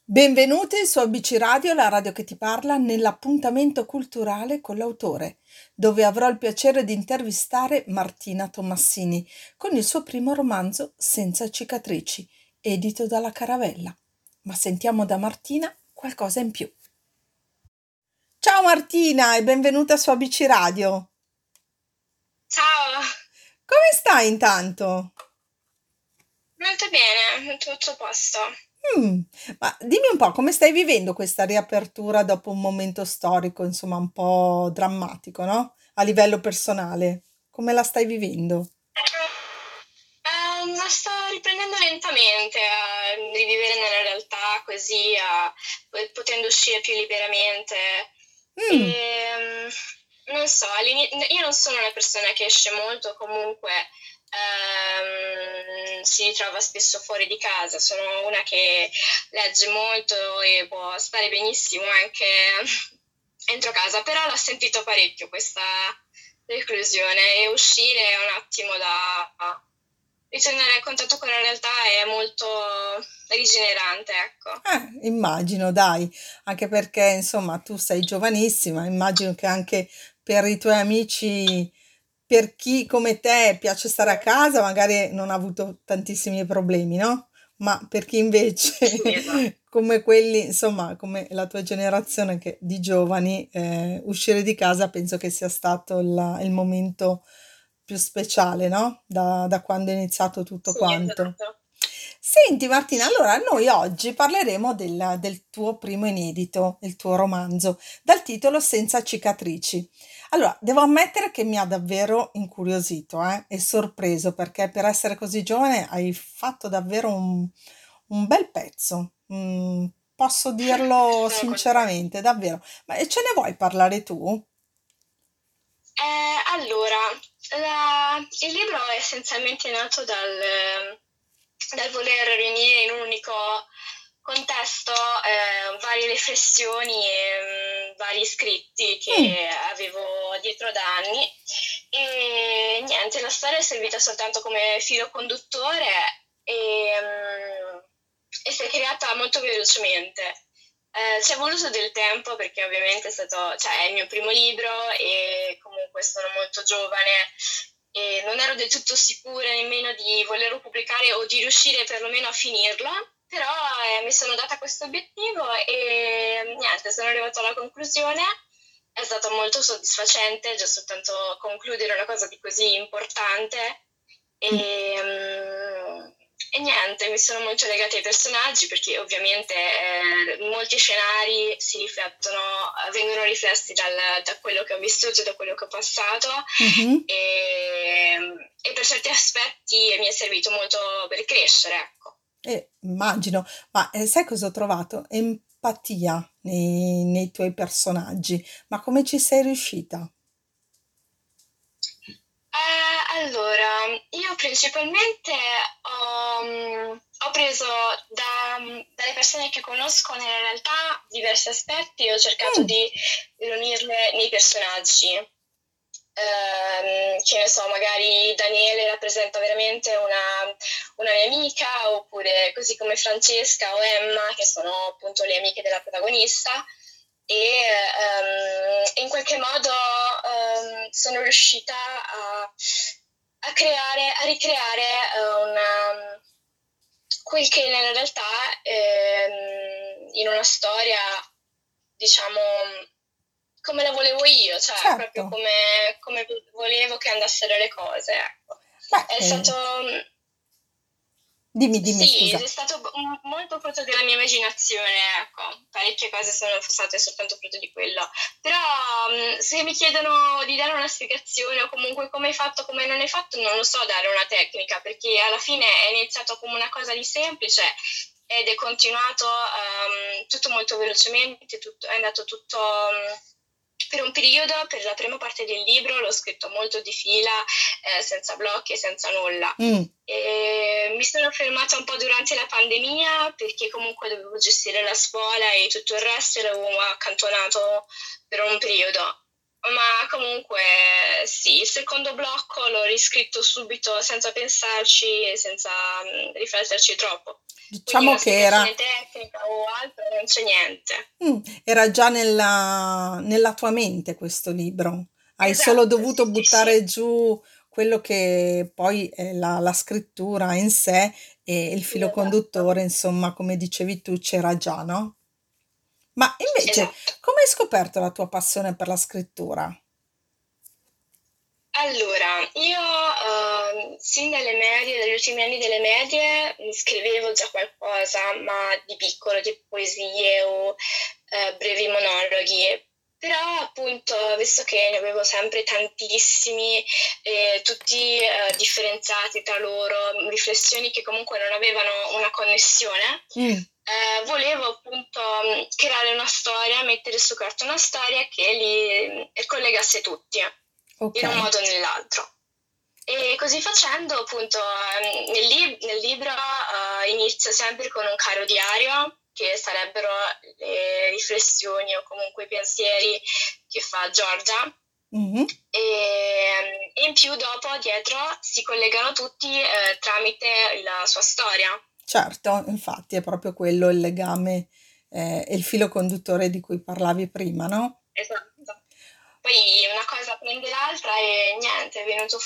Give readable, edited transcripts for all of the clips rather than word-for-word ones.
Benvenuti su ABC Radio, la radio che ti parla, nell'appuntamento culturale con l'autore, dove avrò il piacere di intervistare Martina Tomassini con il suo primo romanzo Senza cicatrici, edito dalla Caravella. Ma sentiamo da Martina qualcosa in più. Ciao Martina e benvenuta su ABC Radio. Ciao, Come stai intanto? molto bene, tutto a posto. Mm, ma dimmi un po' come stai vivendo questa riapertura dopo un momento storico, insomma, un po' drammatico, no? A livello personale, come la stai vivendo? Ma sto riprendendo lentamente a rivivere nella realtà così, potendo uscire più liberamente. Mm, E, non so, io non sono una persona che esce molto, comunque si ritrova spesso fuori di casa, sono una che legge molto e può stare benissimo anche entro casa, però l'ho sentito parecchio questa reclusione e uscire un attimo da ritornare a contatto con la realtà è molto rigenerante, ecco. immagino, dai, anche perché, insomma, tu sei giovanissima, immagino che anche per i tuoi amici, per chi come te piace stare a casa, magari non ha avuto tantissimi problemi, no? Ma per chi invece, Sì, esatto. come quelli, insomma, come la tua generazione di giovani, uscire di casa penso che sia stato il momento più speciale, no? Da quando è iniziato tutto Sì, quanto. esatto. Senti Martina, allora noi oggi parleremo del tuo primo inedito, il tuo romanzo, dal titolo Senza cicatrici. Allora, devo ammettere che mi ha davvero incuriosito, e sorpreso perché per essere così giovane hai fatto davvero un bel pezzo. Posso dirlo Sono contenta. sinceramente, davvero. Ma ce ne vuoi parlare tu? Allora, il libro è essenzialmente nato dal voler riunire in un unico contesto varie riflessioni e vari scritti Mm, che avevo dietro da anni e niente, la storia è servita soltanto come filo conduttore e, mm, e si è creata molto velocemente. C'è voluto del tempo perché ovviamente cioè, è il mio primo libro e comunque sono molto giovane e non ero del tutto sicura nemmeno di volerlo pubblicare o di riuscire perlomeno a finirlo, però mi sono data questo obiettivo e niente, sono arrivata alla conclusione. È stato molto soddisfacente già soltanto concludere una cosa di così importante mm. e niente, mi sono molto legata ai personaggi perché ovviamente molti scenari si riflettono, vengono riflessi da quello che ho vissuto, da quello che ho passato Mhm. e, e per certi aspetti mi è servito molto per crescere, ecco. Immagino, ma sai cosa ho trovato? Empatia nei tuoi personaggi, ma come ci sei riuscita? Allora, io principalmente ho preso dalle persone che conosco nella realtà diversi aspetti e ho cercato Mm, di riunirle nei personaggi. Che ne so, magari Daniele rappresenta veramente una mia amica, oppure così come Francesca o Emma, che sono appunto le amiche della protagonista, e in qualche modo sono riuscita a ricreare quel che nella realtà in una storia, diciamo, come la volevo io, cioè proprio certo, come volevo che andassero le cose, ecco. beh, È stato, dimmi, sì, è scusa. stato molto frutto della mia immaginazione, ecco, parecchie cose sono state soltanto frutto di quello. Però se mi chiedono di dare una spiegazione o comunque come hai fatto, come non hai fatto, non lo so dare una tecnica, perché alla fine è iniziato come una cosa di semplice ed è continuato tutto molto velocemente, è andato tutto per un periodo, per la prima parte del libro, l'ho scritto molto di fila, senza blocchi e senza nulla. Mm, E mi sono fermata un po' durante la pandemia perché comunque dovevo gestire la scuola e tutto il resto e l'avevo accantonato per un periodo. Ma comunque sì, il secondo blocco l'ho riscritto subito senza pensarci e senza rifletterci troppo. Quindi diciamo una che era spiegazione tecnica o altro non c'è niente. Era già nella tua mente questo libro. Hai solo Esatto, dovuto sì, sì, sì, buttare giù quello che poi è la scrittura in sé e il sì, filo esatto, conduttore, insomma, come dicevi tu, c'era già, no? Ma invece, esatto. come hai scoperto la tua passione per la scrittura? Allora, io sin dalle medie, dagli ultimi anni delle medie, mi scrivevo già qualcosa, ma di piccolo, tipo poesie o brevi monologhi. Però appunto, visto che ne avevo sempre tantissimi, tutti differenziati tra loro, riflessioni che comunque non avevano una connessione, Mm, volevo appunto creare una storia, mettere su carta una storia che li collegasse tutti ok. in un modo o nell'altro. E così facendo, appunto, nel libro inizio sempre con un caro diario, che sarebbero le riflessioni o comunque i pensieri che fa Giorgia. Mhm. E in più dopo, dietro, si collegano tutti tramite la sua storia. Certo, infatti è proprio quello il legame e il filo conduttore di cui parlavi prima, no? Esatto. Poi una cosa prende l'altra e niente,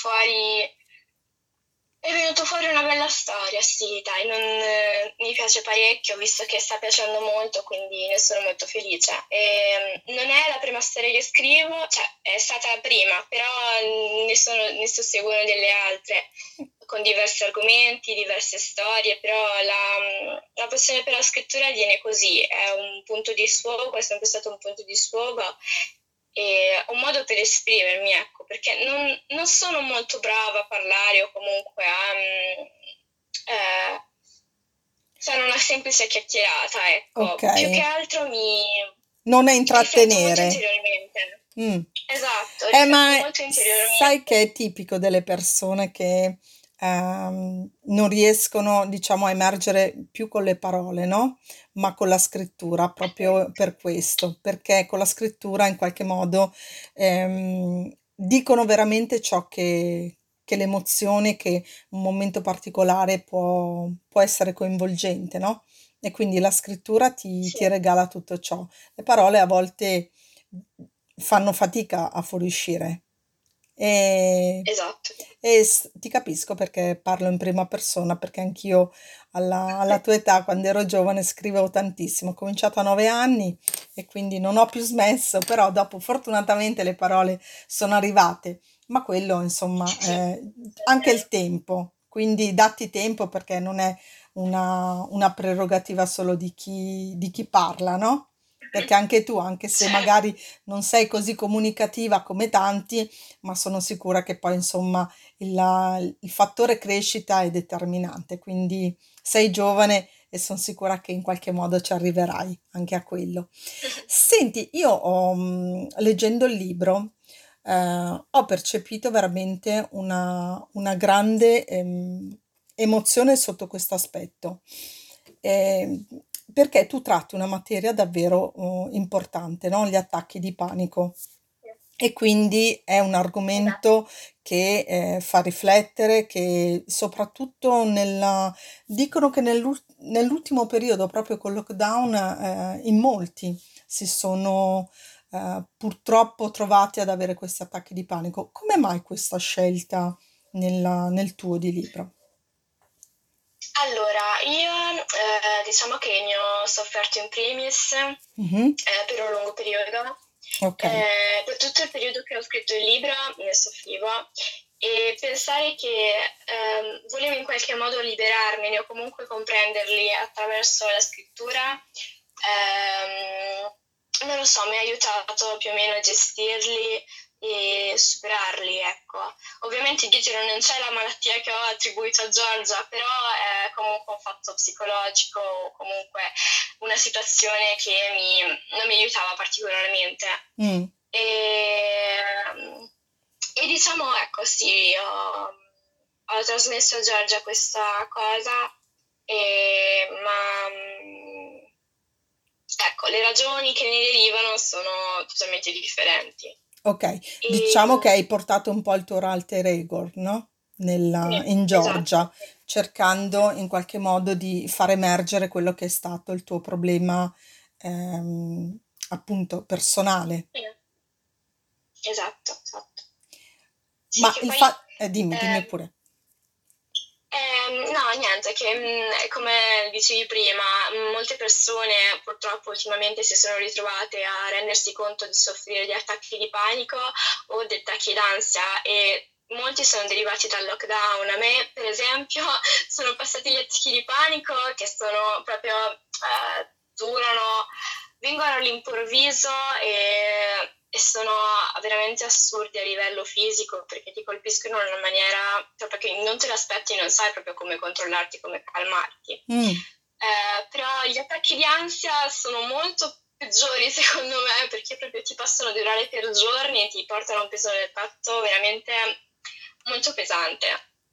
è venuto fuori una bella storia, sì, dai, mi piace parecchio, visto che sta piacendo molto, quindi ne sono molto felice. Non è la prima storia che scrivo, cioè è stata la prima, però ne susseguono delle altre, con diversi argomenti, diverse storie, però la passione per la scrittura viene così, è un punto di sfogo, è sempre stato un punto di sfogo e un modo per esprimermi, ecco, perché non sono molto brava a parlare o comunque a fare una semplice chiacchierata, Ok, ecco, più che altro non è mi sento molto intrattenere. interiormente. Mm. Esatto, rifletto Ma molto sai che interiormente. è tipico delle persone che non riescono, diciamo, a emergere più con le parole, no? Ma con la scrittura, proprio per questo, perché con la scrittura in qualche modo dicono veramente ciò che l'emozione, che un momento particolare può essere coinvolgente, no? E quindi la scrittura Sì, ti regala tutto ciò. Le parole a volte fanno fatica a fuoriuscire. E, esatto. ti capisco perché parlo in prima persona, perché anch'io alla tua età, quando ero giovane, scrivevo tantissimo. Ho cominciato a 9 anni e quindi non ho più smesso, però dopo fortunatamente le parole sono arrivate. Ma quello, insomma, Sì, è anche il vero. tempo. Quindi datti tempo perché non è una prerogativa solo di chi parla, no? Perché anche tu, anche se Certo. magari non sei così comunicativa come tanti, ma sono sicura che poi, insomma, il fattore crescita è determinante. Quindi sei giovane e sono sicura che in qualche modo ci arriverai anche a quello. Senti, io leggendo il libro, ho percepito veramente una grande emozione sotto questo aspetto, ehm, perché tu tratti una materia davvero importante, no? Gli attacchi di panico. E quindi è un Esatto. argomento che fa riflettere, che soprattutto dicono che nell'ultimo periodo, proprio col lockdown, in molti si sono purtroppo trovati ad avere questi attacchi di panico. Come mai questa scelta nel tuo di libro? Allora, io diciamo che ne ho sofferto in primis Mhm. per un lungo periodo. Ok, Per tutto il periodo che ho scritto il libro ne soffrivo e pensare che volevo in qualche modo liberarmene o comunque comprenderli attraverso la scrittura, non lo so, mi ha aiutato più o meno a gestirli e superarli, ecco. Ovviamente dietro non c'è la malattia che ho attribuito a Giorgia, però è comunque un fatto psicologico o comunque una situazione che non mi aiutava particolarmente. mm, E, e diciamo, ecco, sì, ho trasmesso a Giorgia questa cosa, ma ecco, le ragioni che ne derivano sono totalmente differenti. ok, E, diciamo che hai portato un po' il tuo alter ego, no? sì, In esatto, Georgia, sì. cercando in qualche modo di far emergere quello che è stato il tuo problema, appunto personale. Sì, esatto, esatto. Sì, Ma che il poi dimmi eh, pure. no, niente, che come dicevi prima, molte persone purtroppo ultimamente si sono ritrovate a rendersi conto di soffrire di attacchi di panico o di attacchi d'ansia e molti sono derivati dal lockdown. A me, per esempio, sono passati gli attacchi di panico che sono proprio, durano, vengono all'improvviso e sono veramente assurdi a livello fisico perché ti colpiscono in una maniera proprio che non te l'aspetti e non sai proprio come controllarti, come calmarti. Mm, Però gli attacchi di ansia sono molto peggiori secondo me perché proprio ti possono durare per giorni e ti portano a un peso nel petto veramente molto pesante.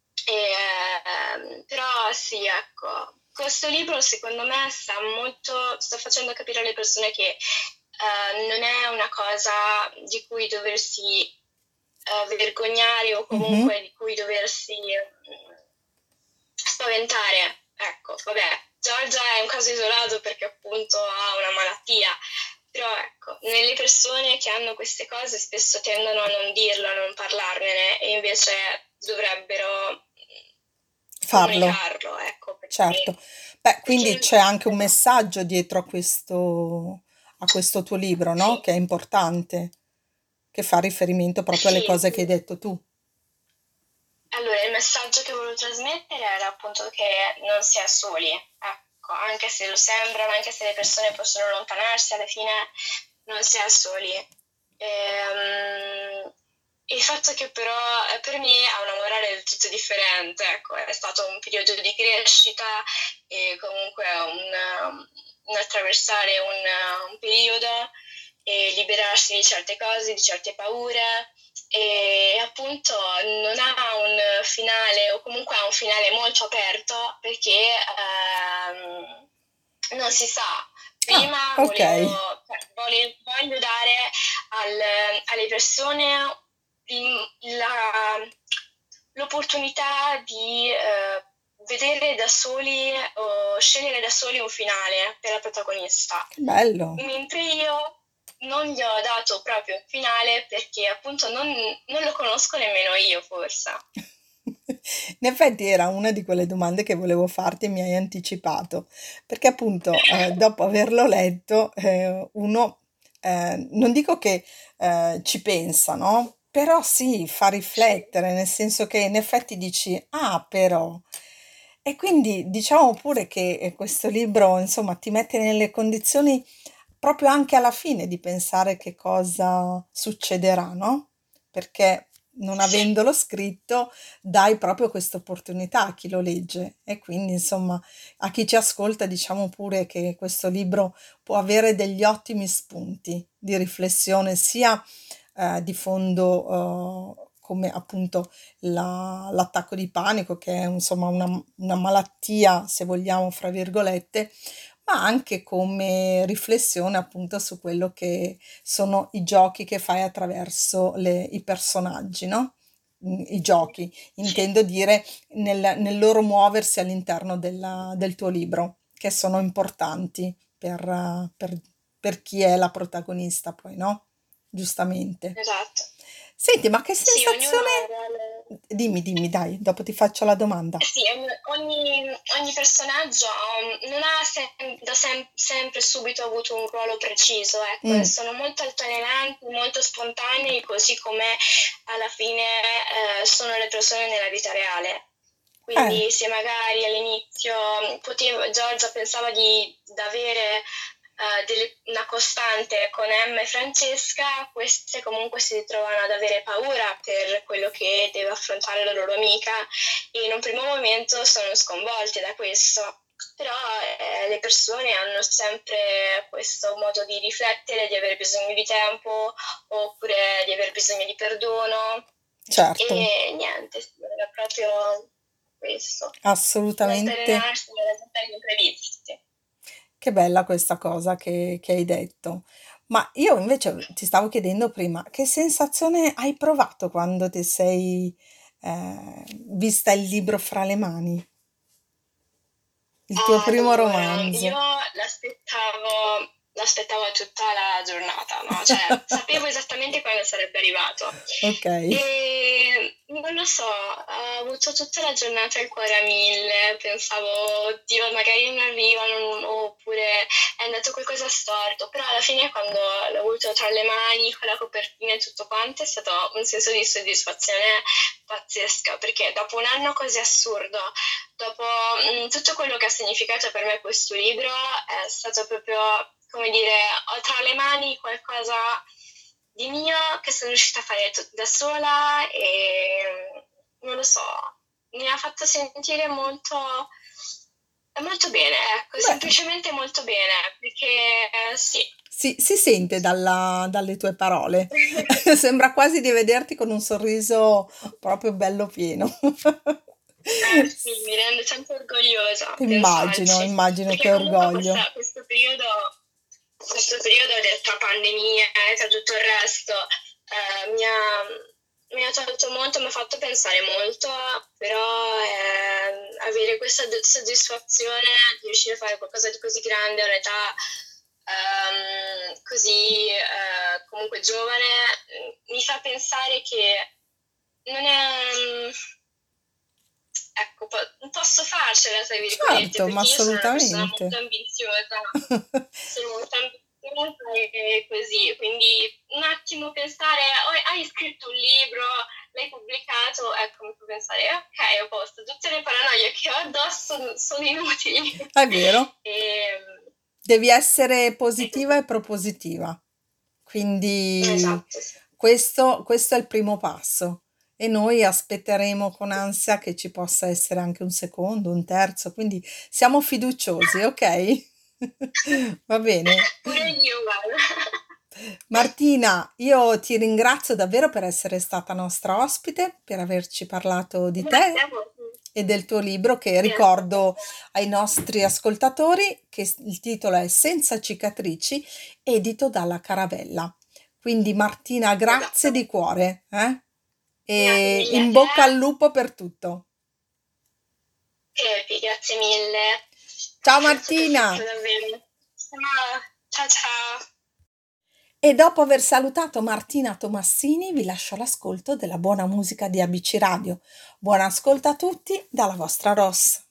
Però sì, ecco, questo libro secondo me sta facendo capire alle persone che non è una cosa di cui doversi vergognare o mhm. comunque di cui doversi spaventare. Ecco, vabbè, Giorgia è un caso isolato perché appunto ha una malattia, però ecco, nelle persone che hanno queste cose spesso tendono a non dirlo, a non parlarne e invece dovrebbero Farlo, comunicarlo, ecco, certo. Beh, quindi perché c'è anche un esatto, messaggio dietro a questo tuo libro, no? sì, Che è importante, che fa riferimento proprio alle sì, cose che hai sì. detto tu. Allora, il messaggio che volevo trasmettere era appunto che non si è soli, ecco, anche se lo sembrano, anche se le persone possono allontanarsi, alla fine non si è soli. Il fatto che però per me ha una morale del tutto differente, ecco, è stato un periodo di crescita e comunque un attraversare un periodo e liberarsi di certe cose, di certe paure e appunto non ha un finale o comunque ha un finale molto aperto perché non si sa. Ah, Prima ok. voglio dare alle persone l'opportunità di vedere da soli o scegliere da soli un finale per la protagonista. Che bello. Mentre io non gli ho dato proprio un finale perché appunto non lo conosco nemmeno io, forse. In effetti era una di quelle domande che volevo farti e mi hai anticipato, perché appunto dopo averlo letto uno, non dico che ci pensa, no? Però sì, fa Sì, riflettere, nel senso che in effetti dici, ah, però. E quindi diciamo pure che questo libro, insomma, ti mette nelle condizioni proprio anche alla fine di pensare che cosa succederà, no? Perché non sì, avendolo scritto dai proprio questa opportunità a chi lo legge e quindi insomma a chi ci ascolta diciamo pure che questo libro può avere degli ottimi spunti di riflessione sia di fondo come appunto l'attacco di panico che è insomma una malattia se vogliamo fra virgolette ma anche come riflessione appunto su quello che sono i giochi che fai attraverso i personaggi, no? I giochi, sì, intendo dire nel loro muoversi all'interno del tuo libro, che sono importanti per chi è la protagonista, poi, no? Giustamente. esatto. Senti, ma che Sì, ognuno ha un sensazione... ruolo. Dimmi, dai, dopo ti faccio la domanda. Sì, ogni personaggio non ha sempre subito avuto un ruolo preciso, ecco, e Mm, sono molto altalenanti, molto spontanei, così come alla fine sono le persone nella vita reale. eh, Quindi se magari all'inizio Giorgia pensava di avere una costante con Emma e Francesca, queste comunque si ritrovano ad avere paura per quello che deve affrontare la loro amica e in un primo momento sono sconvolte da questo. Però le persone hanno sempre questo modo di riflettere, di avere bisogno di tempo oppure di aver bisogno di perdono certo, e niente, sì, era proprio questo, assolutamente. l'altalenarsi nella gli imprevisti. Che bella questa cosa che hai detto. Ma io invece ti stavo chiedendo prima, che sensazione hai provato quando ti sei vista il libro fra le mani? il tuo primo Allora, io romanzo. l'aspettavo tutta la giornata, no? Cioè, sapevo esattamente quando sarebbe arrivato. Ok. E non lo so, ho avuto tutta la giornata il cuore a mille, pensavo, oddio, magari non arriva, oppure è andato qualcosa storto, però alla fine quando l'ho avuto tra le mani, con la copertina e tutto quanto, è stato un senso di soddisfazione pazzesca, perché dopo un anno così assurdo, dopo tutto quello che ha significato per me questo libro, è stato proprio, come dire, ho tra le mani qualcosa di mio che sono riuscita a fare da sola e non lo so, mi ha fatto sentire molto bene, ecco, Beh, semplicemente molto bene, perché sì. si sente dalle tue parole. Sembra quasi di vederti con un sorriso proprio bello pieno. Sì, mi rende sempre orgogliosa Immagino, pensarci, immagino che perché comunque orgoglio. questo periodo tra pandemia e tra tutto il resto mi ha tolto molto, mi ha fatto pensare molto, però avere questa soddisfazione di riuscire a fare qualcosa di così grande a un'età così comunque giovane mi fa pensare che non è, ecco, posso farcela, tra virgolette, Certo, ma perché io sono una persona molto assolutamente. ambiziosa, sono molto ambiziosa e così, quindi un attimo pensare, "Oh, hai scritto un libro, l'hai pubblicato, ecco, mi fa pensare, ok, a posto, tutte le paranoie che ho addosso sono inutili. È vero, E, devi essere ecco, positiva e propositiva. Quindi esatto, sì. questo è il primo passo e noi aspetteremo con ansia che ci possa essere anche un secondo, un terzo, quindi siamo fiduciosi, ok? Va bene. Pure io, guarda. Martina, io ti ringrazio davvero per essere stata nostra ospite, per averci parlato di Grazie a te voi. e del tuo libro che Grazie a ricordo ai nostri ascoltatori che il titolo è Senza cicatrici, edito dalla Caravella. Quindi Martina, te. grazie Esatto. di cuore, eh? Grazie E mille a in te. bocca al lupo per tutto. Crepi, grazie mille. Ciao Grazie perfetto, Martina! davvero. Ciao, ciao. Ciao. E dopo aver salutato Martina Tomassini, vi lascio l'ascolto della buona musica di ABC Radio. Buon ascolto a tutti dalla vostra Ross.